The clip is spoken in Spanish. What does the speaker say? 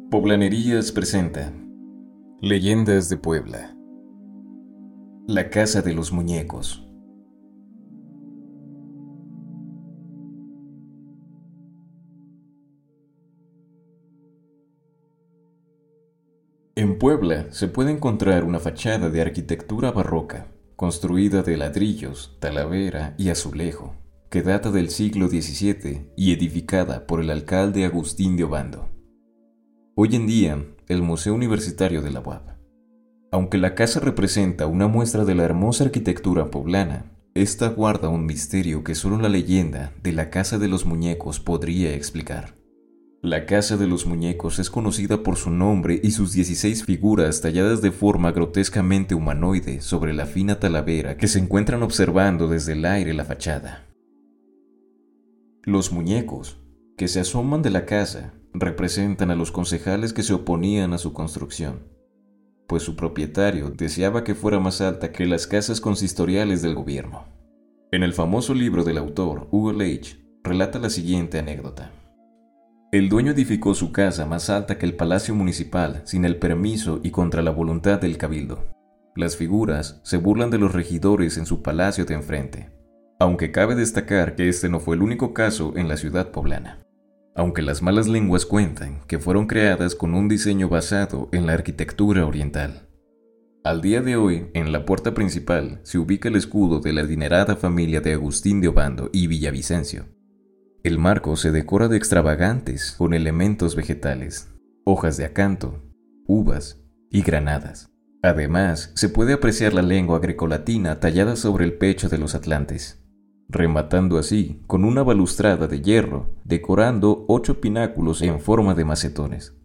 Poblanerías presenta Leyendas de Puebla. La Casa de los Muñecos. En Puebla se puede encontrar una fachada de arquitectura barroca, construida de ladrillos, talavera y azulejo, que data del siglo XVII y edificada por el alcalde Agustín de Obando. Hoy en día, el Museo Universitario de la UAP. Aunque la casa representa una muestra de la hermosa arquitectura poblana, esta guarda un misterio que solo la leyenda de la Casa de los Muñecos podría explicar. La Casa de los Muñecos es conocida por su nombre y sus 16 figuras talladas de forma grotescamente humanoide sobre la fina talavera que se encuentran observando desde el aire la fachada. Los muñecos, que se asoman de la casa, representan a los concejales que se oponían a su construcción, pues su propietario deseaba que fuera más alta que las casas consistoriales del gobierno. En el famoso libro del autor, Hugo Leitch, relata la siguiente anécdota. El dueño edificó su casa más alta que el palacio municipal sin el permiso y contra la voluntad del cabildo. Las figuras se burlan de los regidores en su palacio de enfrente, aunque cabe destacar que este no fue el único caso en la ciudad poblana. Aunque las malas lenguas cuentan que fueron creadas con un diseño basado en la arquitectura oriental. Al día de hoy, en la puerta principal se ubica el escudo de la adinerada familia de Agustín de Obando y Villavicencio. El marco se decora de extravagantes con elementos vegetales, hojas de acanto, uvas y granadas. Además, se puede apreciar la lengua grecolatina tallada sobre el pecho de los atlantes, rematando así con una balustrada de hierro, decorando 8 pináculos en forma de macetones.